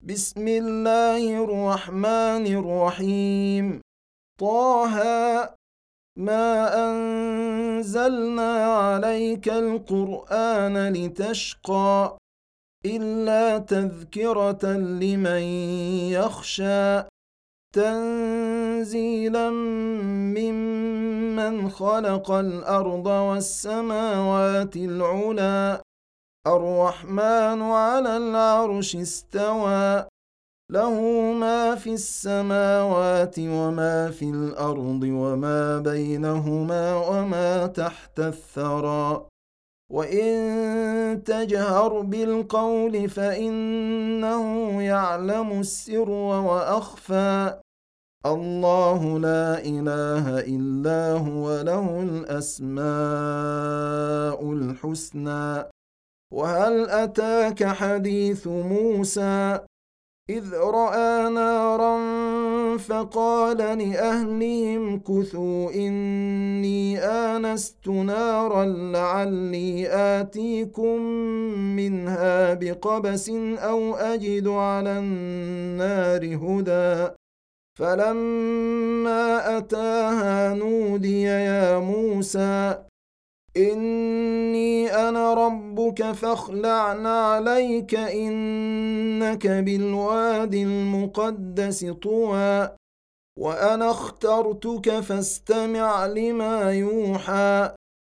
بسم الله الرحمن الرحيم. طه ما أنزلنا عليك القرآن لتشقى إلا تذكرة لمن يخشى تنزيلا ممن خلق الأرض والسماوات العلى الرحمن على العرش استوى له ما في السماوات وما في الأرض وما بينهما وما تحت الثرى وإن تجهر بالقول فإنه يعلم السر وأخفى الله لا إله إلا هو له الأسماء الحسنى. وهل أتاك حديث موسى إذ رأى نارا فقال لأهلهم كثوا إني آنست نارا لعلي آتيكم منها بقبس أو أجد على النار هدى فلما أتاها نودي يا موسى إني أنا ربك فاخلع عليك إنك بالواد المقدس طوى وأنا اخترتك فاستمع لما يوحى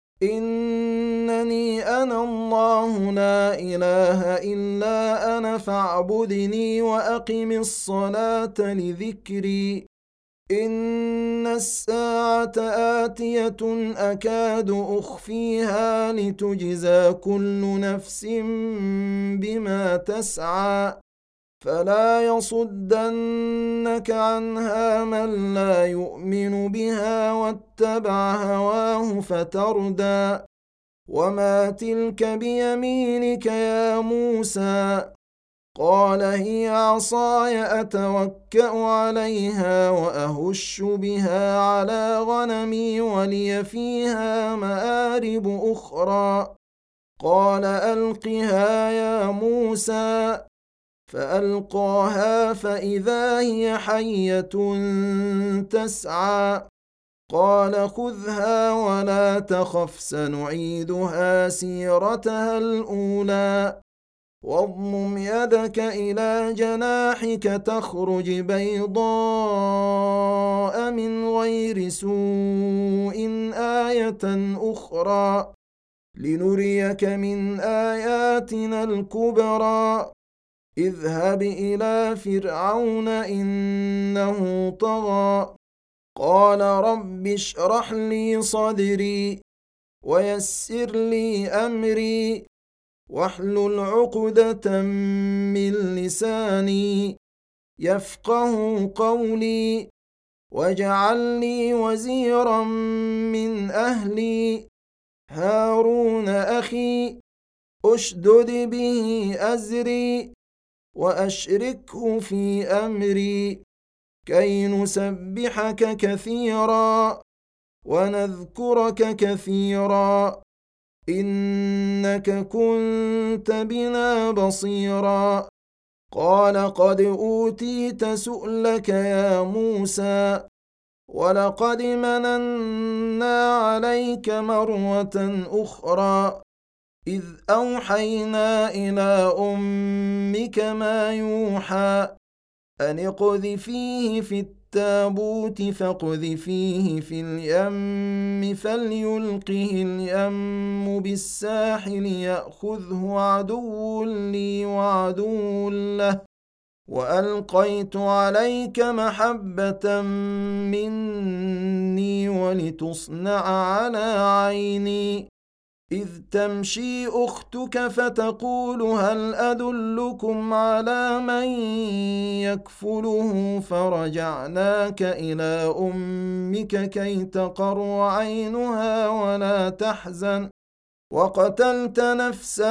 إنني أنا الله لا إله إلا أنا فاعبدني وأقم الصلاة لذكري إن الساعة آتية أكاد أخفيها لتجزى كل نفس بما تسعى فلا يصدنك عنها من لا يؤمن بها واتبع هواه فتردى وما تلك بيمينك يا موسى قال هي عصاي أتوكأ عليها وأهش بها على غنمي ولي فيها مآرب أخرى قال ألقها يا موسى فألقاها فإذا هي حية تسعى قال خذها ولا تخف سنعيدها سيرتها الأولى واضمم يدك إلى جناحك تخرج بيضاء من غير سوء آية أخرى لنريك من آياتنا الكبرى اذهب إلى فرعون إنه طغى قال رب اشرح لي صدري ويسر لي أمري واحلل عقدة من لساني يفقه قولي واجعل لي وزيرا من أهلي هارون أخي أشدد به أزري وأشركه في أمري كي نسبحك كثيرا ونذكرك كثيرا إنك كنت بنا بصيرا قال قد أوتيت سؤلك يا موسى ولقد مننا عليك مرة أخرى إذ أوحينا إلى أمك ما يوحى أن اقذفيه في التابوت فاقذفيه في اليم فليلقه اليم بالساحل يأخذه عدو لي وعدو له وألقيت عليك محبة مني ولتصنع على عيني إذ تمشي أختك فتقول هل أدلكم على من يكفله فرجعناك إلى أمك كي تقر عينها ولا تحزن وقتلت نفسا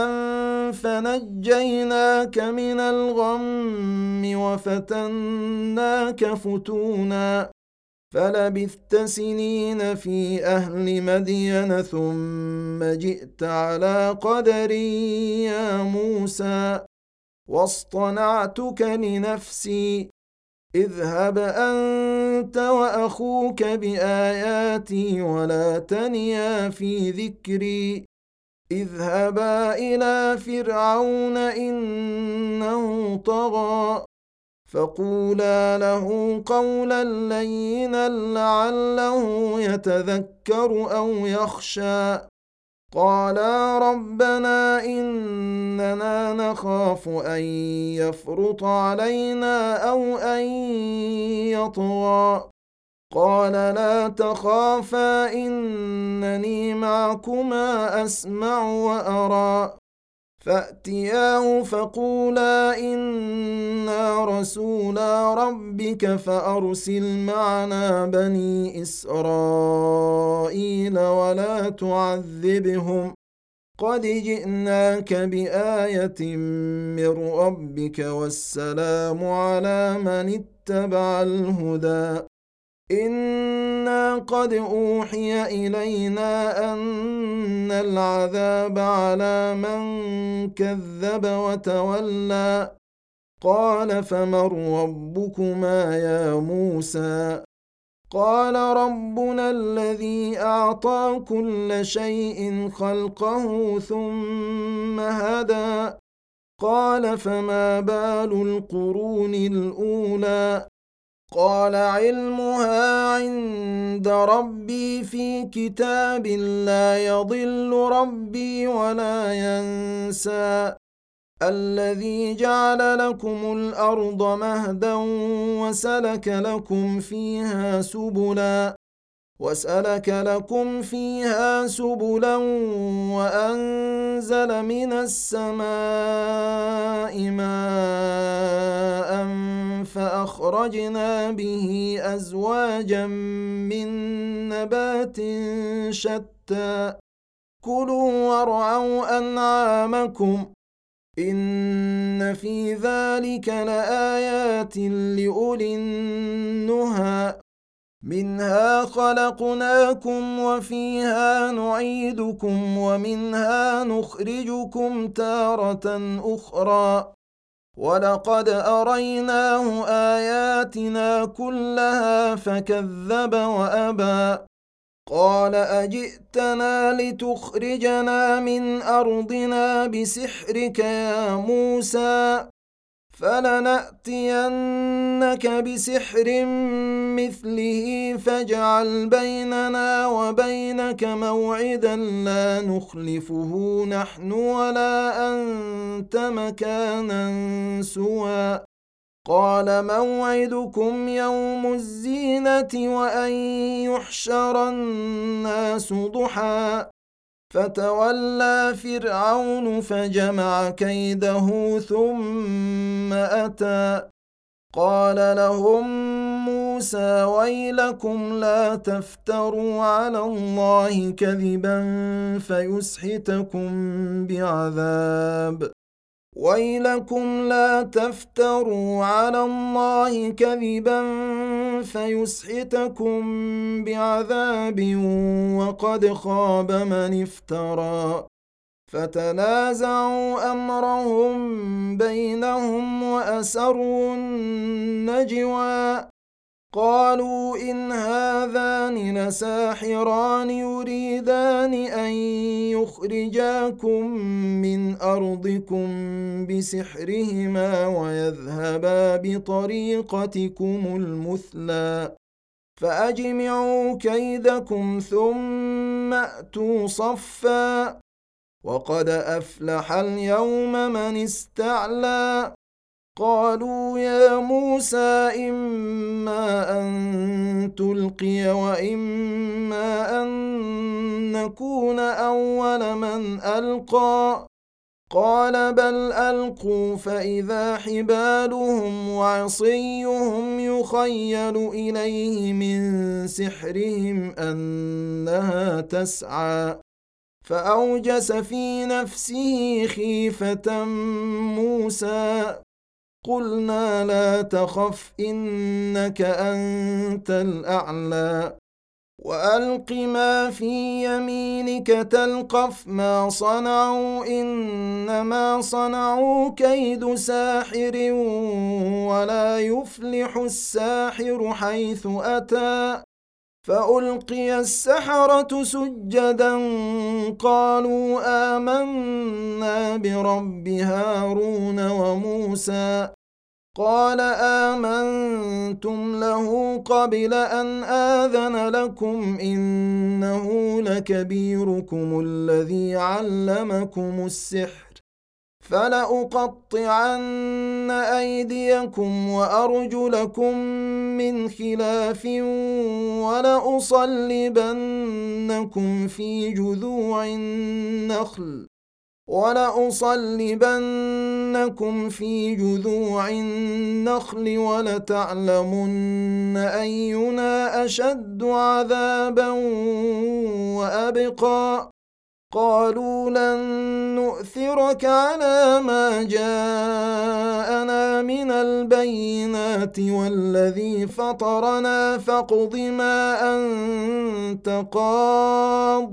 فنجيناك من الغم وفتناك فتونا فلبثت سنين في أهل مدين ثم جئت على قدري يا موسى واصطنعتك لنفسي اذهب أنت وأخوك بآياتي ولا تنيا في ذكري اذهبا إلى فرعون إنه طغى فقولا له قولا لينا لعله يتذكر أو يخشى قالا ربنا إننا نخاف أن يفرط علينا أو أن يطغى قال لا تخافا إنني معكما أسمع وأرى فأتياه فقولا إنا رسولا ربك فأرسل معنا بني إسرائيل ولا تعذبهم قد جئناك بآية من ربك والسلام على من اتبع الهدى إنا قد أوحي إلينا أن العذاب على من كذب وتولى قال فمن ربكما يا موسى قال ربنا الذي أعطى كل شيء خلقه ثم هدى قال فما بال القرون الأولى قال علمها عند ربي في كتاب لا يضل ربي ولا ينسى الذي جعل لكم الأرض مهدا وسلك لكم فيها سبلا وأنزل من السماء ماء فأخرجنا به أزواجا من نبات شتى كلوا وارعوا أنعامكم إن في ذلك لآيات لأولي النهى منها خلقناكم وفيها نعيدكم ومنها نخرجكم تارة أخرى ولقد أريناه آياتنا كلها فكذب وأبى قال أجئتنا لتخرجنا من أرضنا بسحرك يا موسى فلنأتينك بسحر مثله فاجعل بيننا وبينك موعدا لا نخلفه نحن ولا أنت مكانا سوى قال موعدكم يوم الزينة وأن يحشر الناس ضحى فتولى فرعون فجمع كيده ثم أتى قال لهم موسى ويلكم لا تفتروا على الله كذبا فيسحتكم بعذاب ويلكم لا تفتروا على الله كذبا فيسحتكم بعذاب وقد خاب من افترى فتنازعوا أمرهم بينهم وأسروا النجوى قالوا إن هذان لساحران يريدان أن يخرجاكم من أرضكم بسحرهما ويذهبا بطريقتكم المثلى فأجمعوا كيدكم ثم أتوا صفا وقد أفلح اليوم من استعلى قالوا يا موسى إما أن تلقي وإما أن نكون أول من ألقى قال بل ألقوا فإذا حبالهم وعصيهم يخيل إليه من سحرهم أنها تسعى فأوجس في نفسه خيفة موسى قلنا لا تخف إنك أنت الأعلى وألق ما في يمينك تلقف ما صنعوا إنما صنعوا كيد ساحر ولا يفلح الساحر حيث أتى فألقي السحرة سجدا قالوا آمنا برب هارون وموسى قال آمنتم له قبل أن آذن لكم إنه لكبيركم الذي علمكم السحر فلأقطعن أيديكم وأرجلكم من خلاف ولأصلبنكم في جذوع النخل ولتعلمن أينا أشد عذابا وأبقى قالوا لن نؤثرك على ما جاءنا من البينات والذي فطرنا فاقض ما أنت قاض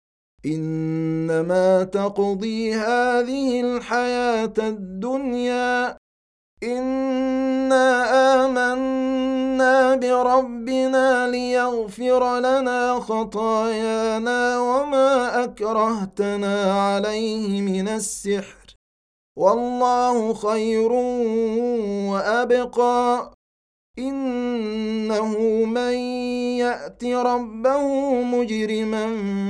إنما تقضي هذه الحياة الدنيا إنا آمنا بربنا ليغفر لنا خطايانا وما أكرهتنا عليه من السحر والله خير وأبقى إنه من يأت ربه مجرما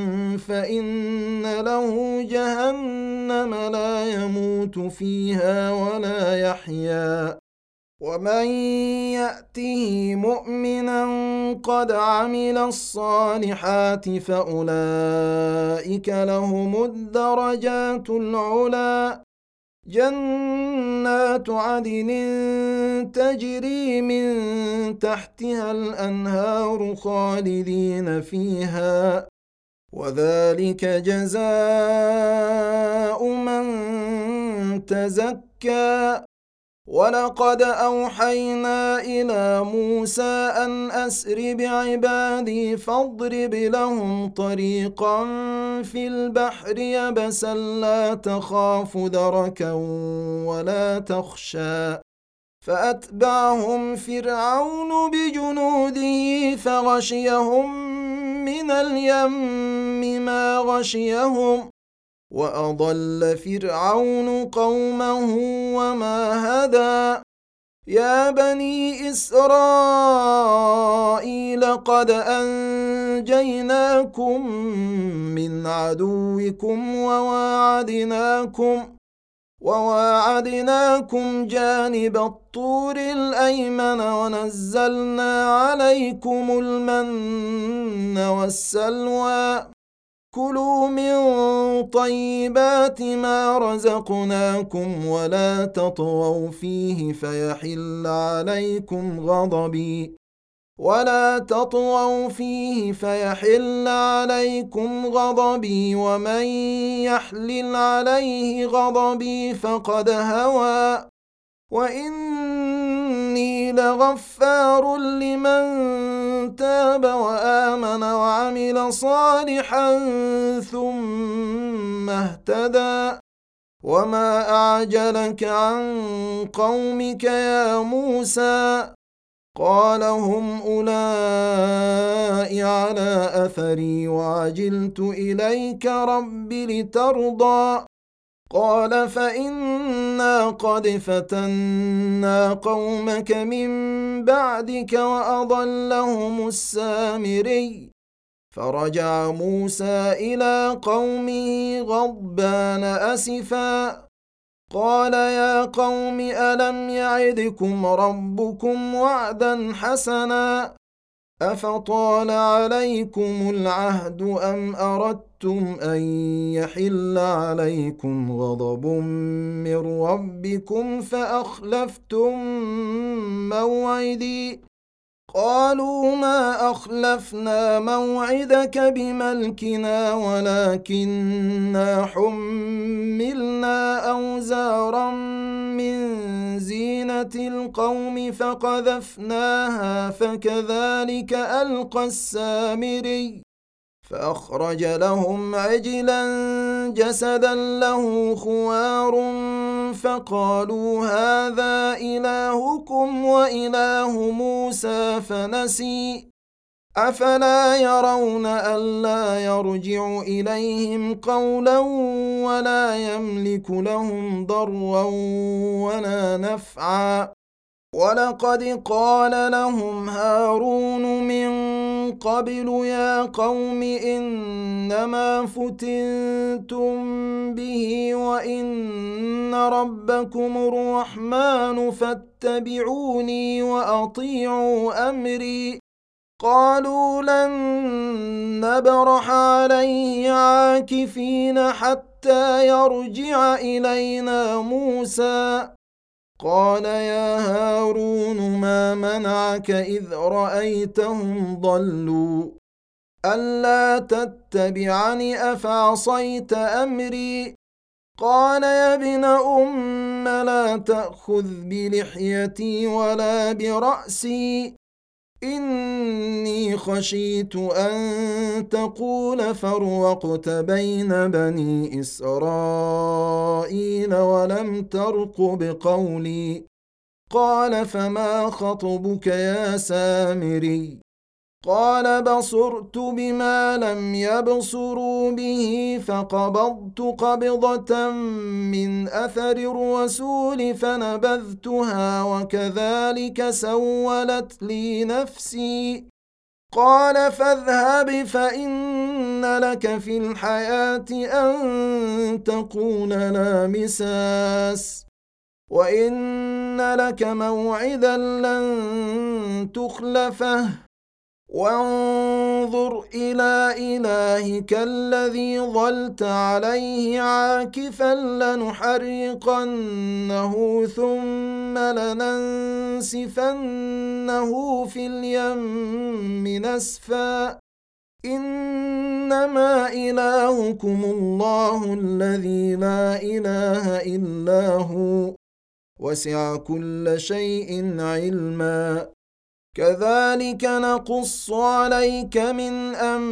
فإن له جهنم لا يموت فيها ولا يحيا ومن يأته مؤمنا قد عمل الصالحات فأولئك لهم الدرجات العلى جنات عدن تجري من تحتها الأنهار خالدين فيها وذلك جزاء من تزكى ولقد أوحينا إلى موسى أن أسر بعبادي فاضرب لهم طريقا في البحر يبسا لا تخاف دركا ولا تخشى فأتبعهم فرعون بجنوده فغشيهم من اليم ما غشيهم وأضل فرعون قومه وما هدى يا بني إسرائيل قد أنجيناكم من عدوكم وواعدناكم جانب الطور الأيمن ونزلنا عليكم المن والسلوى كلوا من طيبات ما رزقناكم ولا تطغوا فيه فيحل عليكم غضبي ومن يحلل عليه غضبي فقد هوى وإني لغفار لمن تاب وآمن وعمل صالحا ثم اهتدى وما أعجلك عن قومك يا موسى قال هم أولئك على أثري وعجلت إليك رب لترضى قال فإنا قد فتنا قومك من بعدك وأضلهم السامري فرجع موسى إلى قومه غضبان أسفا قال يا قوم ألم يعدكم ربكم وعدا حسنا أفطال عليكم العهد أم أردتم أن يحل عليكم غضب من ربكم فأخلفتم موعدي قالوا ما أخلفنا موعدك بملكنا ولكننا حملنا أوزارا من زينة زينة القوم فقذفناها فكذلك ألقى السامري فأخرج لهم عجلا جسدا له خوار فقالوا هذا إلهكم وإله موسى فنسي أفلا يرون ألا يرجع إليهم قولا ولا يملك لهم ضرا ولا نفعا ولقد قال لهم هارون من قبل يا قوم إنما فتنتم به وإن ربكم الرحمن فاتبعوني وأطيعوا أمري قالوا لن نبرح عليه عاكفين حتى يرجع إلينا موسى قال يا هارون ما منعك إذ رأيتهم ضلوا ألا تتبعني أفعصيت أمري قال يا ابن لا تأخذ بلحيتي ولا برأسي إني خشيت أن تقول فرقت بين بني إسرائيل ولم ترقب قولي قال فما خطبك يا سامري قال بصرت بما لم يبصروا به فقبضت قبضة من أثر الرسول فنبذتها وكذلك سولت لي نفسي قال فاذهب فإن لك في الحياة أن تقول لا مساس وإن لك موعدا لن تخلفه وانظر إلى إلهك الذي ظلت عليه عاكفا لنحرقنه ثم لننسفنه في اليم نسفا إنما إلهكم الله الذي لا إله إلا هو وسع كل شيء علما كذلك نقص عليك من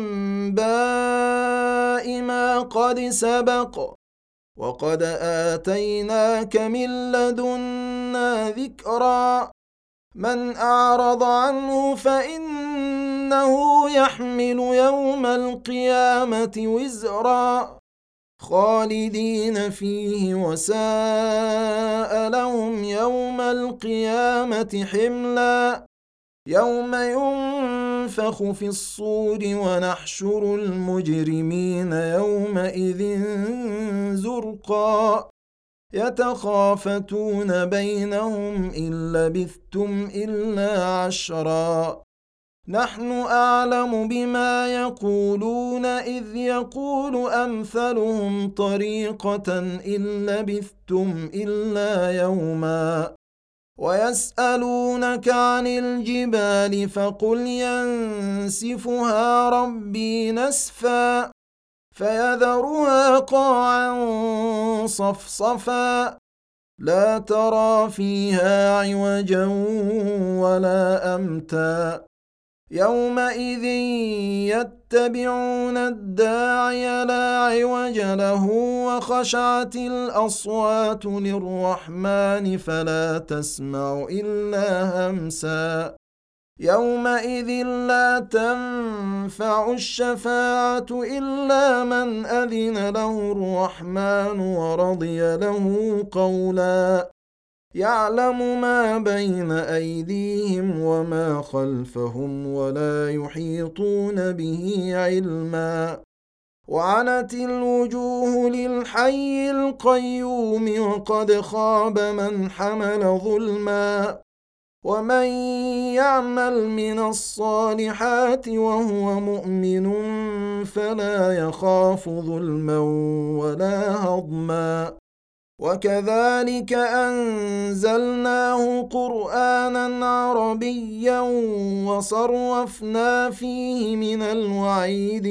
أنباء ما قد سبق وقد آتيناك من لدنا ذكرا من أعرض عنه فإنه يحمل يوم القيامة وزرا خالدين فيه وساء لهم يوم القيامة حملا يوم ينفخ في الصور ونحشر المجرمين يومئذ زرقا يتخافتون بينهم إن لبثتم إلا عشرا نحن أعلم بما يقولون إذ يقول أمثلهم طريقة إن لبثتم إلا يوما ويسألونك عن الجبال فقل ينسفها ربي نسفا فيذرها قاعا صفصفا لا ترى فيها عوجا ولا أمتا يومئذ يتبعون الداعي لا عوج له وخشعت الأصوات للرحمن فلا تسمع إلا همسا يومئذ لا تنفع الشفاعة إلا من أذن له الرحمن ورضي له قولا يعلم ما بين أيديهم وما خلفهم ولا يحيطون به علما وعنت الوجوه للحي القيوم وقد خاب من حمل ظلما ومن يعمل من الصالحات وهو مؤمن فلا يخاف ظلما ولا هضما وكذلك أنزلناه قرآنا عربيا وصرفنا فيه من الوعيد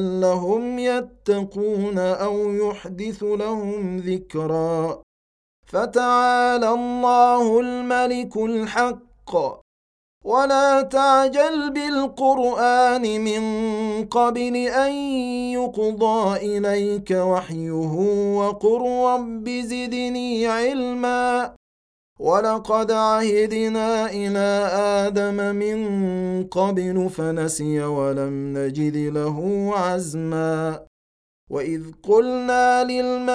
لعلهم يتقون أو يحدث لهم ذكرا فتعالى الله الملك الحق. ولا تعجل بالقرآن من قبل أن يقضى إليك وحيه وقل رب زدني علما. ولقد عهدنا إلى آدم من قبل فنسي ولم نجد له عزما. وإذ قلنا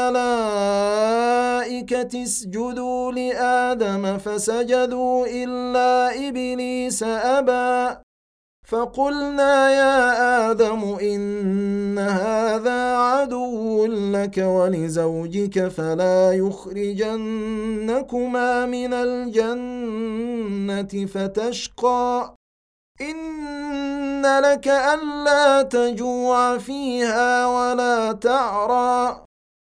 للملائكة اسجدوا لآدم فسجدوا إلا إبليس أبى. فقلنا يا آدم إن هذا عدو لك ولزوجك فلا يخرجنكما من الجنة فتشقى. إن لك ألا تجوع فيها ولا تعرى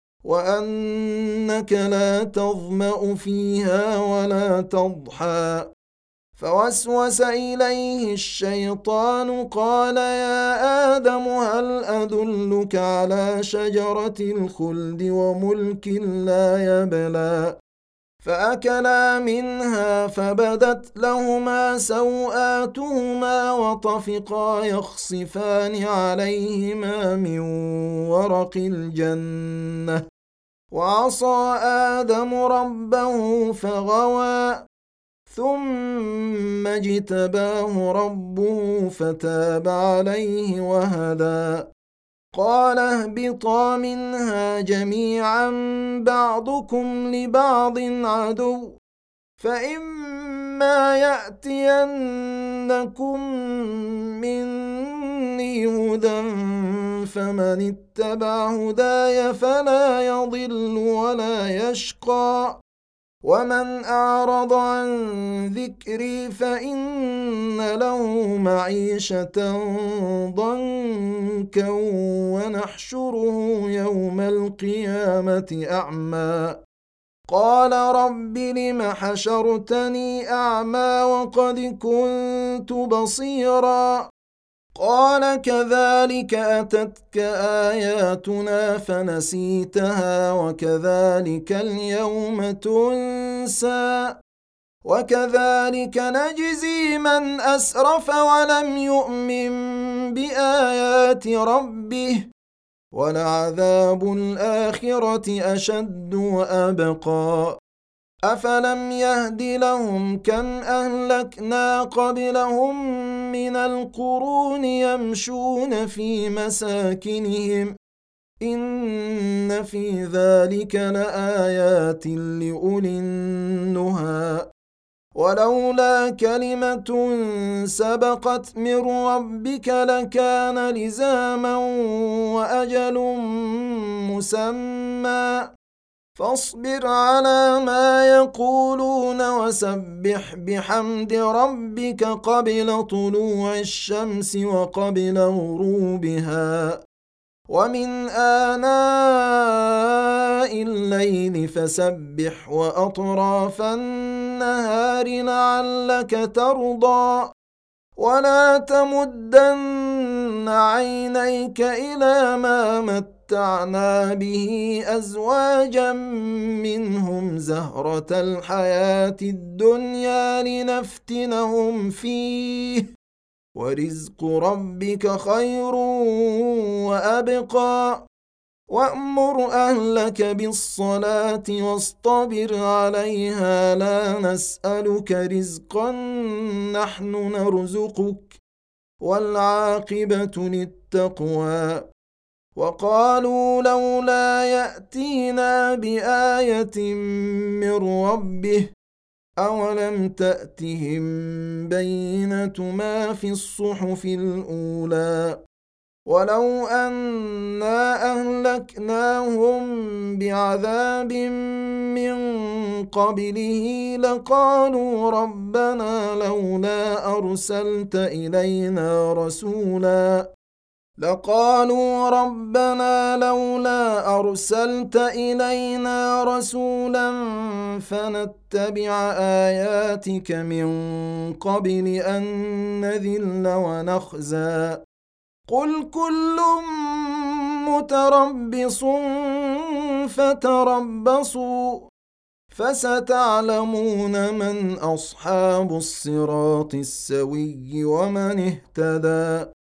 وأنك لا تظمأ فيها ولا تضحى. فوسوس إليه الشيطان قال يا آدم هل أدلك على شجرة الخلد وملك لا يبلى. فأكلا منها فبدت لهما سوآتهما وطفقا يخصفان عليهما من ورق الجنة. وعصى آدم ربه فغوى ثم اجتباه ربه فتاب عليه وهدى. قال اهبطا منها جميعا بعضكم لبعض عدو فإما يأتينكم مني هدى فمن اتبع هداي فلا يضل ولا يشقى. ومن أعرض عن ذكري فإن له معيشة ضنكا ونحشره يوم القيامة أعمى. قال رب لم حشرتني أعمى وقد كنت بصيرا. قال كذلك أتتك آياتنا فنسيتها وكذلك اليوم تنسى. وكذلك نجزي من أسرف ولم يؤمن بآيات ربه ولعذاب الآخرة أشد وأبقى. أفلم يهد لهم كم أهلكنا قبلهم من القرون يمشون في مساكنهم إن في ذلك لآيات لأولي النهى. ولولا كلمة سبقت من ربك لكان لزاما وأجل مسمى. فاصبر على ما يقولون وسبح بحمد ربك قبل طلوع الشمس وقبل غروبها ومن آناء الليل فسبح وأطراف النهار لعلك ترضى. ولا تمدن عينيك إلى ما متعنا به أزواجا منهم زهرة الحياة الدنيا لنفتنهم فيه ورزق ربك خير وأبقى. وأمر أهلك بالصلاة واصطبر عليها لا نسألك رزقا نحن نرزقك والعاقبة للتقوى. وقالوا لولا يأتينا بآية من ربه أولم تأتهم بينة ما في الصحف الأولى. ولو أنا أهلكناهم بعذاب من قبله لقالوا ربنا لولا أرسلت إلينا رسولا فنتبع آياتك من قبل أن نذل ونخزى. قل كل متربص فتربصوا فستعلمون من أصحاب الصراط السوي ومن اهتدى.